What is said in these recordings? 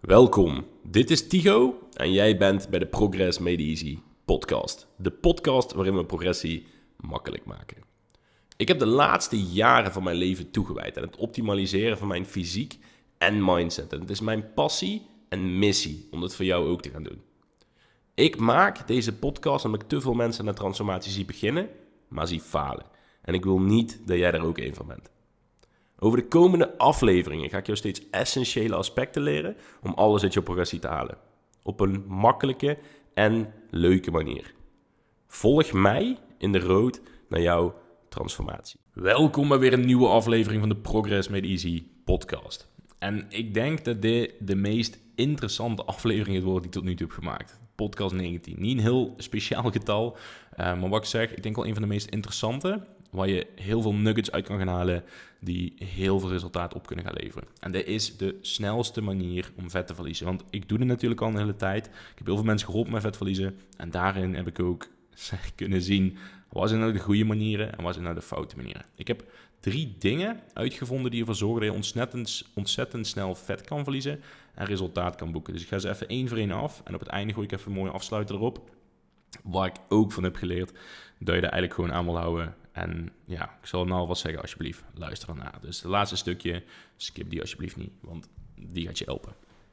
Welkom, dit is Tigo en jij bent bij de Progress Made Easy podcast. De podcast waarin we progressie makkelijk maken. Ik heb de laatste jaren van mijn leven toegewijd aan het optimaliseren van mijn fysiek en mindset. En het is mijn passie en missie om dat voor jou ook te gaan doen. Ik maak deze podcast omdat ik te veel mensen aan de transformatie zie beginnen, maar zie falen. En ik wil niet dat jij daar ook een van bent. Over de komende afleveringen ga ik jou steeds essentiële aspecten leren om alles uit je progressie te halen. Op een makkelijke en leuke manier. Volg mij in de road naar jouw transformatie. Welkom bij weer een nieuwe aflevering van de Progress Made Easy podcast. En ik denk dat dit de meest interessante aflevering wordt die ik tot nu toe heb gemaakt. Podcast 19. Niet een heel speciaal getal, maar wat ik zeg, ik denk wel een van de meest interessante, waar je heel veel nuggets uit kan gaan halen die heel veel resultaat op kunnen gaan leveren. En dit is de snelste manier om vet te verliezen. Want ik doe het natuurlijk al een hele tijd. Ik heb heel veel mensen geholpen met vet verliezen. En daarin heb ik ook kunnen zien, wat zijn nou de goede manieren en wat zijn nou de foute manieren. Ik heb 3 dingen uitgevonden die ervoor zorgen dat je ontzettend snel vet kan verliezen en resultaat kan boeken. Dus ik ga ze even 1 voor 1 af. En op het einde gooi ik even een mooie afsluiter erop. Waar ik ook van heb geleerd dat je er eigenlijk gewoon aan wil houden. En ja, ik zal nou alvast zeggen, alsjeblieft, luister ernaar. Dus het laatste stukje, skip die alsjeblieft niet, want die gaat je helpen.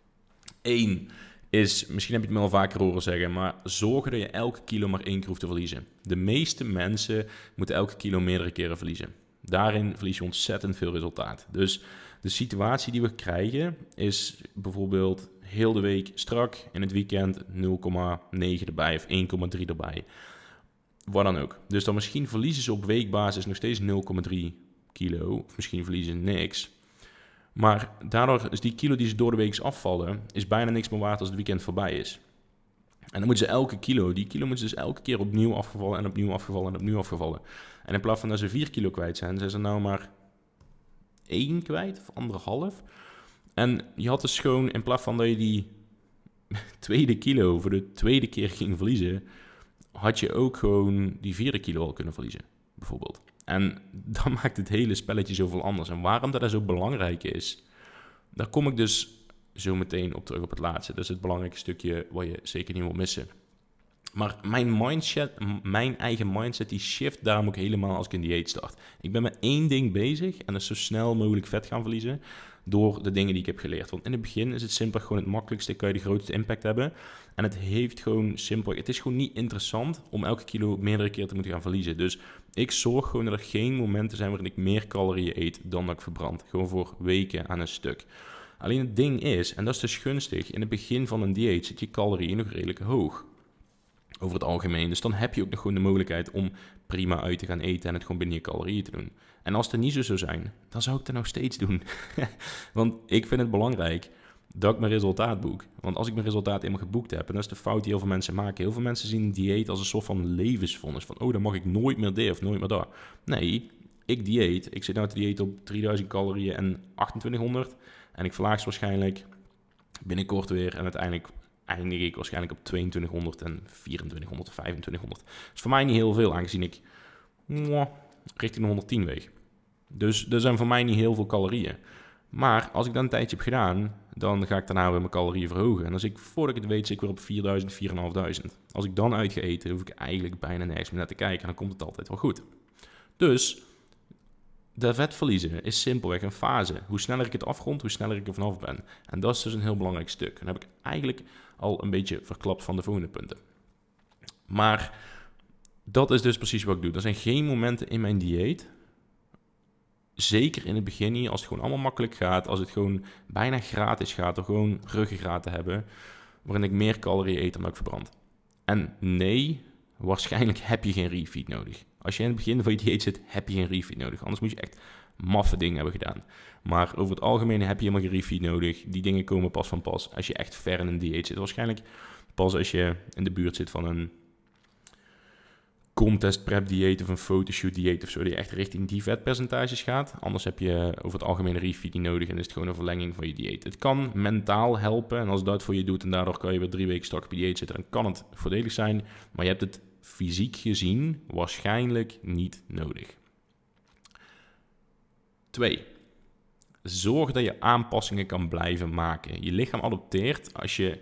1 is, misschien heb je het me al vaker horen zeggen, maar zorg dat je elke kilo maar 1 keer hoeft te verliezen. De meeste mensen moeten elke kilo meerdere keren verliezen. Daarin verlies je ontzettend veel resultaat. Dus de situatie die we krijgen is bijvoorbeeld heel de week strak, in het weekend 0,9 erbij of 1,3 erbij. Wat dan ook. Dus dan misschien verliezen ze op weekbasis nog steeds 0,3 kilo. Of misschien verliezen ze niks. Maar daardoor is die kilo die ze door de week afvallen, is bijna niks meer waard als het weekend voorbij is. En dan moeten ze elke kilo, die kilo moeten ze dus elke keer opnieuw afgevallen en opnieuw afgevallen en opnieuw afgevallen. En in plaats van dat ze 4 kilo kwijt zijn ze nou maar 1 kwijt of 1,5. En je had dus gewoon, in plaats van dat je die tweede kilo voor de tweede keer ging verliezen, had je ook gewoon die 4e kilo al kunnen verliezen, bijvoorbeeld. En dan maakt het hele spelletje zoveel anders. En waarom dat zo belangrijk is, daar kom ik dus zo meteen op terug op het laatste. Dat is het belangrijke stukje wat je zeker niet wil missen. Maar mijn eigen mindset, die shift daarom ook helemaal als ik een dieet start. Ik ben met 1 ding bezig en dat is zo snel mogelijk vet gaan verliezen door de dingen die ik heb geleerd. Want in het begin is het simpelweg gewoon het makkelijkste, kan je de grootste impact hebben. En het heeft gewoon simpelweg, het is gewoon niet interessant om elke kilo meerdere keer te moeten gaan verliezen. Dus ik zorg gewoon dat er geen momenten zijn waarin ik meer calorieën eet dan dat ik verbrand. Gewoon voor weken aan een stuk. Alleen het ding is, en dat is dus gunstig, in het begin van een dieet zit je calorieën nog redelijk hoog. Over het algemeen. Dus dan heb je ook nog gewoon de mogelijkheid om prima uit te gaan eten en het gewoon binnen je calorieën te doen. En als het niet zo zou zijn, dan zou ik het nog steeds doen. Want ik vind het belangrijk dat ik mijn resultaat boek. Want als ik mijn resultaat eenmaal geboekt heb, en dat is de fout die heel veel mensen maken. Heel veel mensen zien een dieet als een soort van levensvonnis. Van, dan mag ik nooit meer dit of nooit meer dat. Nee, ik dieet. Ik zit nou te dieet op 3000 calorieën en 2800. En ik verlaag ze waarschijnlijk binnenkort weer en uiteindelijk eindig ik waarschijnlijk op 2200 en 2400 of 2500. Dat is voor mij niet heel veel, aangezien ik richting de 110 weeg. Dus er zijn voor mij niet heel veel calorieën. Maar als ik dan een tijdje heb gedaan, dan ga ik daarna weer mijn calorieën verhogen. En als ik, voordat ik het weet, zit ik weer op 4000, 4500. Als ik dan uit ga eten, hoef ik eigenlijk bijna nergens meer naar te kijken. En dan komt het altijd wel goed. Dus de vet verliezen is simpelweg een fase. Hoe sneller ik het afrond, hoe sneller ik er vanaf ben. En dat is dus een heel belangrijk stuk. En dat heb ik eigenlijk al een beetje verklapt van de volgende punten. Maar dat is dus precies wat ik doe. Er zijn geen momenten in mijn dieet, zeker in het begin niet, als het gewoon allemaal makkelijk gaat, als het gewoon bijna gratis gaat, door gewoon ruggengraat te hebben, waarin ik meer calorieën eet dan dat ik verbrand. En nee, waarschijnlijk heb je geen refeed nodig. Als je in het begin van je dieet zit, heb je geen refeed nodig. Anders moet je echt maffe dingen hebben gedaan. Maar over het algemeen heb je helemaal geen refeed nodig. Die dingen komen pas van pas als je echt ver in een dieet zit. Waarschijnlijk pas als je in de buurt zit van een contest prep dieet of een fotoshoot dieet of zo, die echt richting die vetpercentages gaat. Anders heb je over het algemeen een refeed niet nodig en is het gewoon een verlenging van je dieet. Het kan mentaal helpen en als dat voor je doet en daardoor kan je weer 3 weken strak op je dieet zitten, dan kan het voordelig zijn, maar je hebt het fysiek gezien waarschijnlijk niet nodig. 2. zorg dat je aanpassingen kan blijven maken. Je lichaam adopteert als je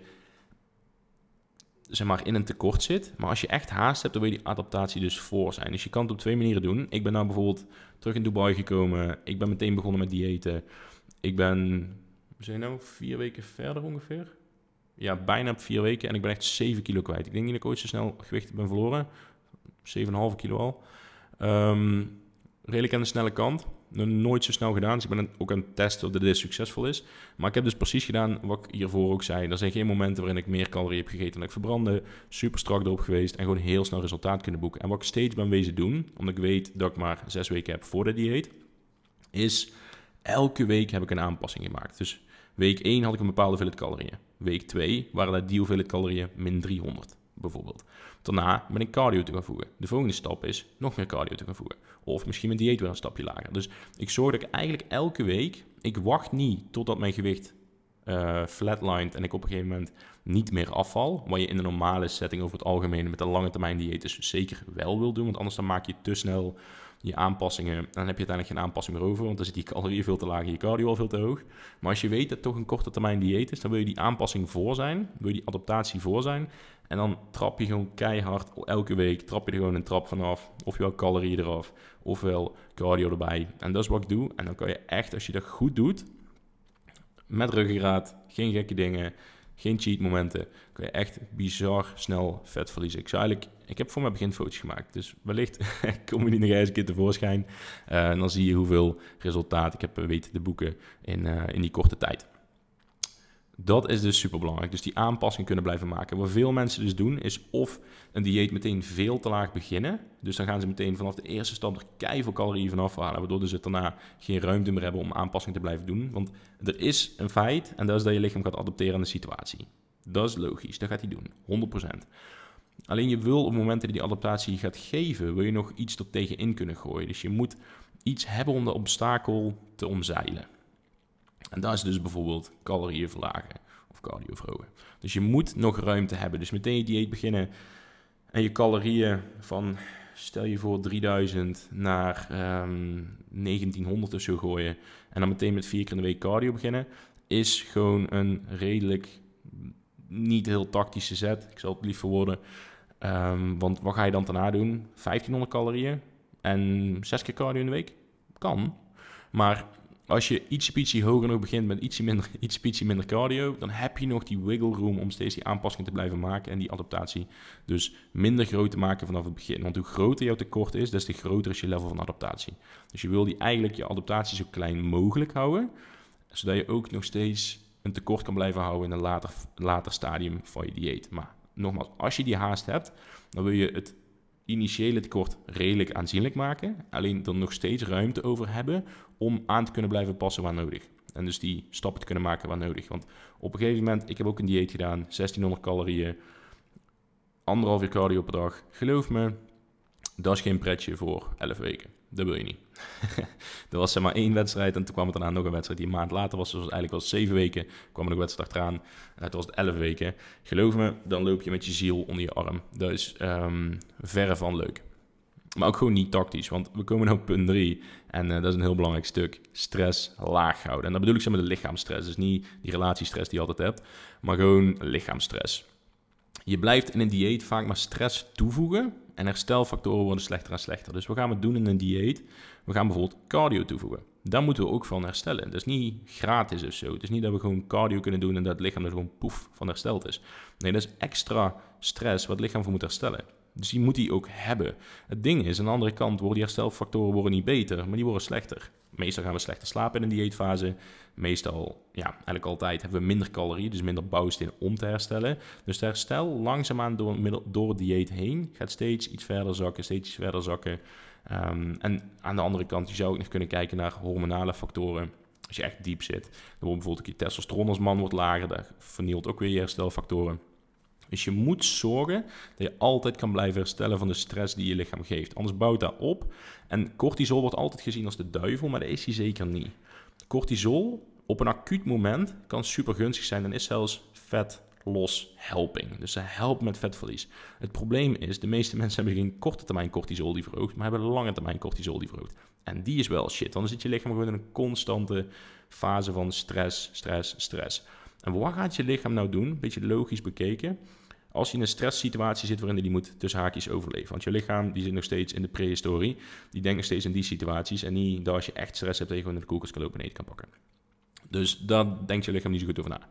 zeg maar in een tekort zit. Maar als je echt haast hebt, dan wil je die adaptatie dus voor zijn. Dus je kan het op 2 manieren doen. Ik ben nou bijvoorbeeld terug in Dubai gekomen. Ik ben meteen begonnen met diëten. Ik ben, we zijn nou 4 weken verder ongeveer. Ja, bijna 4 weken. En ik ben echt 7 kilo kwijt. Ik denk niet dat ik ooit zo snel gewicht ben verloren. 7,5 kilo al. Redelijk aan de snelle kant. Nog nooit zo snel gedaan. Dus ik ben ook aan het testen of dit succesvol is. Maar ik heb dus precies gedaan wat ik hiervoor ook zei. Er zijn geen momenten waarin ik meer calorieën heb gegeten dan ik verbrandde. Super strak erop geweest. En gewoon heel snel resultaat kunnen boeken. En wat ik steeds ben wezen doen, omdat ik weet dat ik maar 6 weken heb voor de dieet, is elke week heb ik een aanpassing gemaakt. Dus week 1 had ik een bepaalde hoeveelheid calorieën. Week 2 waren dat die hoeveelheid calorieën min 300 bijvoorbeeld. Daarna ben ik cardio te gaan voegen. De volgende stap is nog meer cardio te gaan voegen. Of misschien mijn dieet weer een stapje lager. Dus ik zorg dat ik eigenlijk elke week, ik wacht niet totdat mijn gewicht flatlined en ik op een gegeven moment niet meer afval. Wat je in de normale setting over het algemeen met een lange termijn dieet dus zeker wel wil doen. Want anders dan maak je te snel je aanpassingen. En dan heb je uiteindelijk geen aanpassing meer over. Want dan zit die calorieën veel te laag en je cardio al veel te hoog. Maar als je weet dat het toch een korte termijn dieet is, dan wil je die aanpassing voor zijn. Wil je die adaptatie voor zijn. En dan trap je gewoon keihard elke week. Trap je er gewoon een trap vanaf. Ofwel calorieën eraf. Ofwel cardio erbij. En dat is wat ik doe. En dan kan je echt, als je dat goed doet, met ruggengraat, geen gekke dingen, geen cheat momenten, kun je echt bizar snel vet verliezen. Ik heb voor mijn begin foto's gemaakt, dus wellicht komen die nog eens een keer tevoorschijn. En dan zie je hoeveel resultaat ik heb weten te boeken in die korte tijd. Dat is dus super belangrijk. Dus die aanpassing kunnen blijven maken. Wat veel mensen dus doen, is of een dieet meteen veel te laag beginnen. Dus dan gaan ze meteen vanaf de eerste stap er keiveel calorieën vanaf halen, waardoor ze daarna geen ruimte meer hebben om aanpassing te blijven doen. Want er is een feit, en dat is dat je lichaam gaat adapteren aan de situatie. Dat is logisch, dat gaat hij doen, 100%. Alleen je wil op het moment dat je die adaptatie gaat geven, wil je nog iets er tegenin kunnen gooien. Dus je moet iets hebben om de obstakel te omzeilen. En dat is dus bijvoorbeeld calorieën verlagen of cardio verhogen. Dus je moet nog ruimte hebben. Dus meteen je dieet beginnen en je calorieën van, stel je voor 3000 naar 1900 of zo gooien. En dan meteen met 4 keer in de week cardio beginnen, is gewoon een redelijk niet heel tactische zet. Ik zal het lief verwoorden. Want wat ga je dan daarna doen? 1500 calorieën en 6 keer cardio in de week? Kan. Maar als je ietsje hoger nog begint met ietsje minder cardio, dan heb je nog die wiggle room om steeds die aanpassing te blijven maken en die adaptatie dus minder groot te maken vanaf het begin. Want hoe groter jouw tekort is, des te groter is je level van adaptatie. Dus je wil je adaptatie zo klein mogelijk houden, zodat je ook nog steeds een tekort kan blijven houden in een later stadium van je dieet. Maar nogmaals, als je die haast hebt, dan wil je het initiële tekort redelijk aanzienlijk maken. Alleen er nog steeds ruimte over hebben om aan te kunnen blijven passen waar nodig. En dus die stappen te kunnen maken waar nodig. Want op een gegeven moment, ik heb ook een dieet gedaan, 1600 calorieën, 1,5 uur cardio per dag. Geloof me, dat is geen pretje voor 11 weken. Dat wil je niet. Er was zeg maar 1 wedstrijd en toen kwam het daarna nog een wedstrijd. Die een maand later was het eigenlijk wel 7 weken. Kwam er nog een wedstrijd eraan. En toen was het 11 weken. Geloof me, dan loop je met je ziel onder je arm. Dat is verre van leuk. Maar ook gewoon niet tactisch, want we komen op punt 3. En dat is een heel belangrijk stuk. Stress laag houden. En dat bedoel ik zeg maar de lichaamsstress. Dus niet die relatiestress die je altijd hebt, maar gewoon lichaamsstress. Je blijft in een dieet vaak maar stress toevoegen en herstelfactoren worden slechter en slechter. Dus wat gaan we doen in een dieet? We gaan bijvoorbeeld cardio toevoegen. Daar moeten we ook van herstellen. Dat is niet gratis of zo. Het is niet dat we gewoon cardio kunnen doen en dat het lichaam er gewoon poef van hersteld is. Nee, dat is extra stress wat het lichaam voor moet herstellen. Dus die moet hij ook hebben. Het ding is, aan de andere kant worden die herstelfactoren niet beter, maar die worden slechter. Meestal gaan we slechter slapen in een dieetfase. Meestal, ja, eigenlijk altijd hebben we minder calorieën, dus minder bouwsteen om te herstellen. Dus het herstel langzaamaan door het dieet heen gaat steeds iets verder zakken, en aan de andere kant, je zou ook nog kunnen kijken naar hormonale factoren. Als je echt diep zit, dan wordt bijvoorbeeld je testosteron als man wordt lager, dat vernielt ook weer je herstelfactoren. Dus je moet zorgen dat je altijd kan blijven herstellen van de stress die je lichaam geeft. Anders bouwt dat op. En cortisol wordt altijd gezien als de duivel, maar dat is hij zeker niet. Cortisol op een acuut moment kan super gunstig zijn en is zelfs vet loss helping. Dus ze helpt met vetverlies. Het probleem is, de meeste mensen hebben geen korte termijn cortisol die verhoogt, maar hebben lange termijn cortisol die verhoogt. En die is wel shit. Dan zit je lichaam gewoon in een constante fase van stress. En wat gaat je lichaam nou doen? Een beetje logisch bekeken. Als je in een stresssituatie zit waarin die moet tussen haakjes overleven. Want je lichaam die zit nog steeds in de prehistorie. Die denkt nog steeds in die situaties. En niet dat als je echt stress hebt, dat je gewoon in de koelkast kan lopen en eten kan pakken. Dus daar denkt je lichaam niet zo goed over na.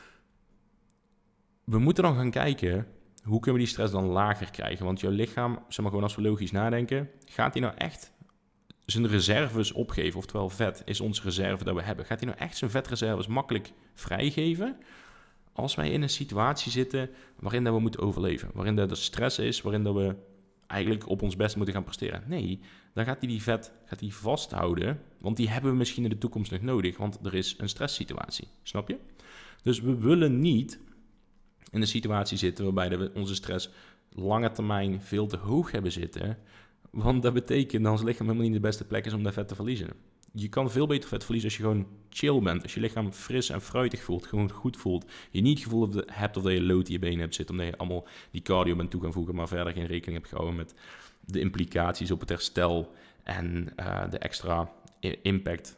We moeten dan gaan kijken, hoe kunnen we die stress dan lager krijgen? Want jouw lichaam, zeg maar gewoon als we logisch nadenken, gaat hij nou echt zijn reserves opgeven? Oftewel vet is onze reserve dat we hebben. Gaat hij nou echt zijn vetreserves makkelijk vrijgeven? Als wij in een situatie zitten waarin dat we moeten overleven, waarin dat er stress is, waarin dat we eigenlijk op ons best moeten gaan presteren. Nee, dan gaat hij die vet vasthouden, want die hebben we misschien in de toekomst nog nodig, want er is een stresssituatie. Snap je? Dus we willen niet in een situatie zitten waarbij we onze stress lange termijn veel te hoog hebben zitten, want dat betekent dat ons lichaam helemaal niet de beste plek is om dat vet te verliezen. Je kan veel beter vet verliezen als je gewoon chill bent. Als je lichaam fris en fruitig voelt, gewoon goed voelt. Je niet het gevoel hebt of dat je lood in je benen hebt zitten, omdat je allemaal die cardio bent toe gaan voegen, maar verder geen rekening hebt gehouden met de implicaties op het herstel en de extra impact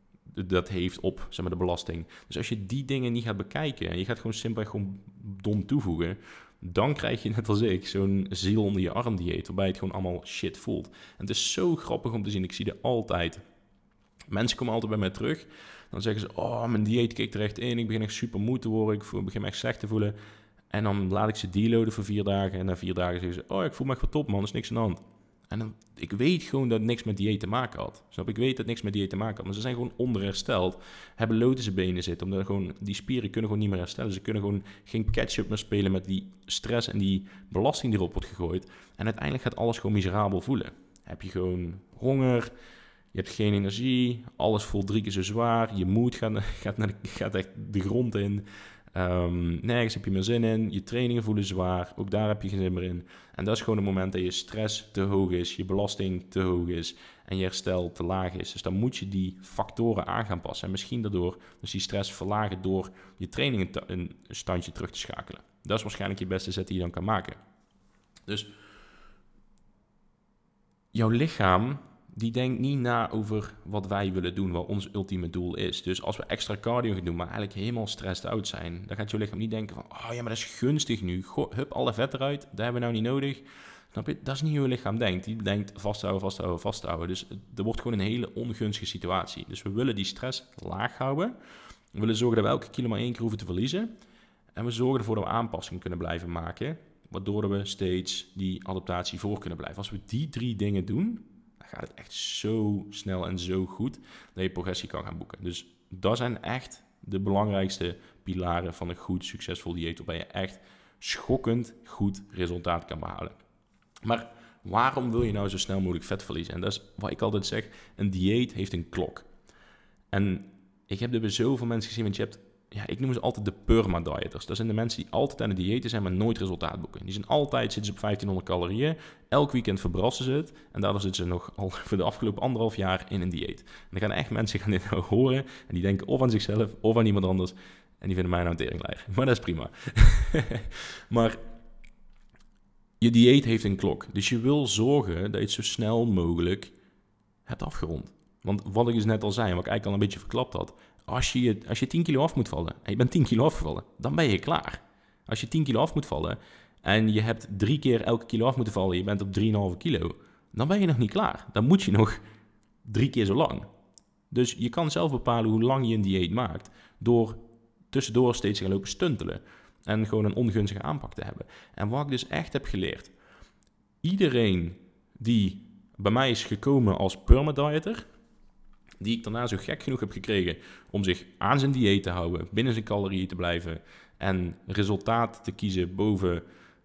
dat heeft op, zeg maar, de belasting. Dus als je die dingen niet gaat bekijken en je gaat gewoon simpelweg gewoon dom toevoegen, dan krijg je net als ik zo'n ziel onder je arm dieet, waarbij het gewoon allemaal shit voelt. En het is zo grappig om te zien. Ik zie er altijd. Mensen komen altijd bij mij terug. Dan zeggen ze, oh, mijn dieet kikt er echt in. Ik begin echt super moe te worden. Ik begin me echt slecht te voelen. En dan laat ik ze deloaden voor 4 dagen. En na 4 dagen zeggen ze, oh, ik voel me echt wel top, man. Er is niks aan de hand. En dan, ik weet gewoon dat het niks met dieet te maken had. Snap? Ik weet dat het niks met dieet te maken had. Maar ze zijn gewoon onderhersteld. Hebben lood in zijn benen zitten. Omdat gewoon, die spieren kunnen gewoon niet meer herstellen. Ze kunnen gewoon geen catch-up meer spelen met die stress en die belasting die erop wordt gegooid. En uiteindelijk gaat alles gewoon miserabel voelen. Heb je gewoon honger. Je hebt geen energie, alles voelt 3 keer zo zwaar, je moed gaat echt de grond in, nergens heb je meer zin in, je trainingen voelen zwaar, ook daar heb je geen zin meer in. En dat is gewoon het moment dat je stress te hoog is, je belasting te hoog is en je herstel te laag is. Dus dan moet je die factoren aan gaan passen en misschien daardoor dus die stress verlagen door je trainingen een standje terug te schakelen. Dat is waarschijnlijk je beste zet die je dan kan maken. Dus jouw lichaam die denkt niet na over wat wij willen doen, wat ons ultieme doel is. Dus als we extra cardio gaan doen, maar eigenlijk helemaal stressed out zijn, dan gaat je lichaam niet denken van, oh ja, maar dat is gunstig nu. Goh, hup, alle vet eruit, dat hebben we nou niet nodig. Snap je? Dat is niet hoe je lichaam denkt. Die denkt vasthouden. Dus er wordt gewoon een hele ongunstige situatie. Dus we willen die stress laag houden. We willen zorgen dat we elke kilo maar 1 keer hoeven te verliezen. En we zorgen ervoor dat we aanpassingen kunnen blijven maken, waardoor we steeds die adaptatie voor kunnen blijven. Als we die 3 dingen doen, gaat het echt zo snel en zo goed dat je progressie kan gaan boeken. Dus dat zijn echt de belangrijkste pilaren van een goed, succesvol dieet, waarbij je echt schokkend goed resultaat kan behalen. Maar waarom wil je nou zo snel mogelijk vet verliezen? En dat is wat ik altijd zeg, een dieet heeft een klok. En ik heb er bij zoveel mensen gezien, want je hebt, ja, ik noem ze altijd de perma-dieters. Dat zijn de mensen die altijd aan het diëten zijn, maar nooit resultaat boeken. Die zijn altijd, zitten ze op 1500 calorieën. Elk weekend verbrassen ze het. En daardoor zitten ze nog al voor de afgelopen 1,5 jaar in een dieet. En dan gaan echt mensen dit nou horen. En die denken of aan zichzelf of aan iemand anders. En die vinden mij nou een teringleier. Maar dat is prima. Maar je dieet heeft een klok. Dus je wil zorgen dat je het zo snel mogelijk hebt afgerond. Want wat ik dus net al zei, en wat ik eigenlijk al een beetje verklapt had. Als je 10 kilo af moet vallen en je bent 10 kilo afgevallen, dan ben je klaar. Als je 10 kilo af moet vallen en je hebt 3 keer elke kilo af moeten vallen en je bent op 3,5 kilo, dan ben je nog niet klaar. Dan moet je nog 3 keer zo lang. Dus je kan zelf bepalen hoe lang je een dieet maakt door tussendoor steeds te gaan lopen stuntelen en gewoon een ongunstige aanpak te hebben. En wat ik dus echt heb geleerd, iedereen die bij mij is gekomen als permadieter, die ik daarna zo gek genoeg heb gekregen om zich aan zijn dieet te houden, binnen zijn calorieën te blijven en resultaat te kiezen boven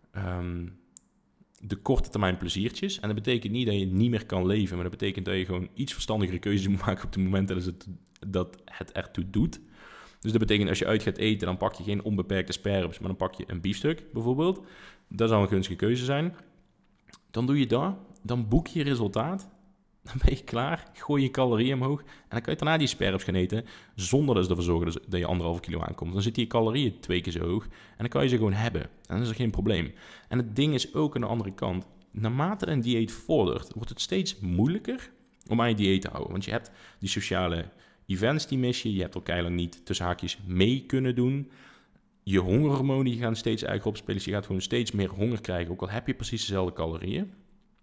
de korte termijn pleziertjes. En dat betekent niet dat je niet meer kan leven, maar dat betekent dat je gewoon iets verstandigere keuzes moet maken op het moment dat het ertoe doet. Dus dat betekent als je uit gaat eten, dan pak je geen onbeperkte sperrips, maar dan pak je een biefstuk bijvoorbeeld. Dat zou een gunstige keuze zijn. Dan doe je dat, dan boek je resultaat Dan ben je klaar, gooi je calorieën omhoog en dan kan je daarna die sperps gaan eten zonder dus ervoor zorgen dat je 1,5 kilo aankomt. Dan zitten je calorieën 2 keer zo hoog en dan kan je ze gewoon hebben. En dan is er geen probleem. En het ding is ook aan de andere kant, naarmate een dieet vordert, wordt het steeds moeilijker om aan je dieet te houden. Want je hebt die sociale events die mis je, je hebt elkaar lang niet tussen haakjes mee kunnen doen. Je hongerhormonen gaan steeds erger opspelen, dus je gaat gewoon steeds meer honger krijgen, ook al heb je precies dezelfde calorieën.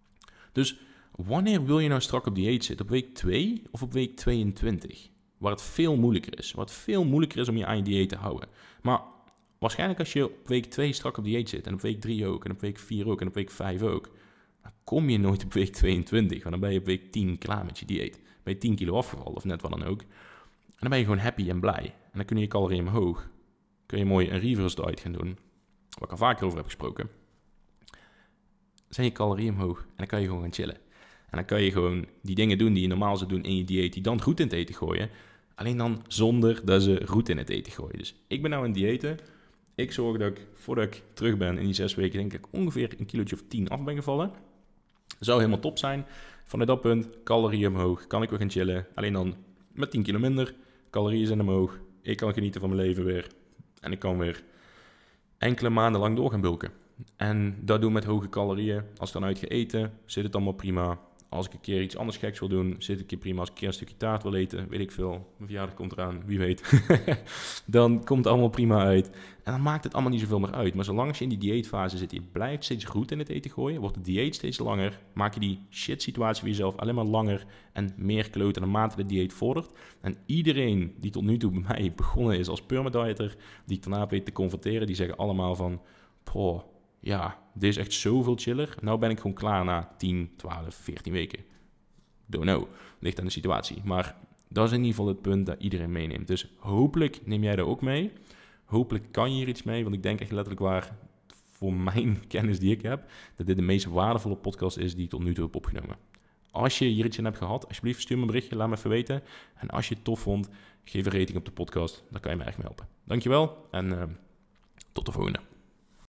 Dus wanneer wil je nou strak op dieet zitten? Op week 2 of op week 22? Waar het veel moeilijker is. Waar het veel moeilijker is om je aan je dieet te houden. Maar waarschijnlijk als je op week 2 strak op dieet zit, en op week 3 ook, en op week 4 ook, en op week 5 ook, dan kom je nooit op week 22. Want dan ben je op week 10 klaar met je dieet. Ben je 10 kilo afgevallen of net wat dan ook. En dan ben je gewoon happy en blij. En dan kun je calorieën omhoog. Kun je mooi een reverse diet gaan doen. Waar ik al vaker over heb gesproken. Zijn je calorieën omhoog. En dan kan je gewoon gaan chillen. En dan kan je gewoon die dingen doen die je normaal zou doen in je dieet, die dan goed in het eten gooien. Alleen dan zonder dat ze goed in het eten gooien. Dus ik ben nou in diëten. Ik zorg dat ik, voordat ik terug ben in die 6 weken, denk ik ongeveer een kilootje of 10 af ben gevallen. Dat zou helemaal top zijn. Vanuit dat punt, calorieën omhoog, kan ik weer gaan chillen. Alleen dan met 10 kilo minder, calorieën zijn omhoog. Ik kan genieten van mijn leven weer. En ik kan weer enkele maanden lang door gaan bulken. En dat doen met hoge calorieën. Als ik dan uit ga eten, zit het allemaal prima. Als ik een keer iets anders geks wil doen, zit het een keer prima. Als ik een keer een stukje taart wil eten, weet ik veel. Mijn verjaardag komt eraan, wie weet. Dan komt het allemaal prima uit. En dan maakt het allemaal niet zoveel meer uit. Maar zolang je in die dieetfase zit, je blijft steeds goed in het eten gooien, wordt het dieet steeds langer, maak je die shit situatie voor jezelf alleen maar langer en meer kloten naarmate de dieet vordert. En iedereen die tot nu toe bij mij begonnen is als permadieter, die ik daarna weet te confronteren, die zeggen allemaal van, poh, ja, dit is echt zoveel chiller. Nou ben ik gewoon klaar na 10, 12, 14 weken. Don't know. Ligt aan de situatie. Maar dat is in ieder geval het punt dat iedereen meeneemt. Dus hopelijk neem jij daar ook mee. Hopelijk kan je hier iets mee. Want ik denk echt letterlijk waar, voor mijn kennis die ik heb, dat dit de meest waardevolle podcast is die ik tot nu toe heb opgenomen. Als je hier iets aan hebt gehad, alsjeblieft stuur me een berichtje. Laat me even weten. En als je het tof vond, geef een rating op de podcast. Dan kan je me echt mee helpen. Dankjewel en tot de volgende.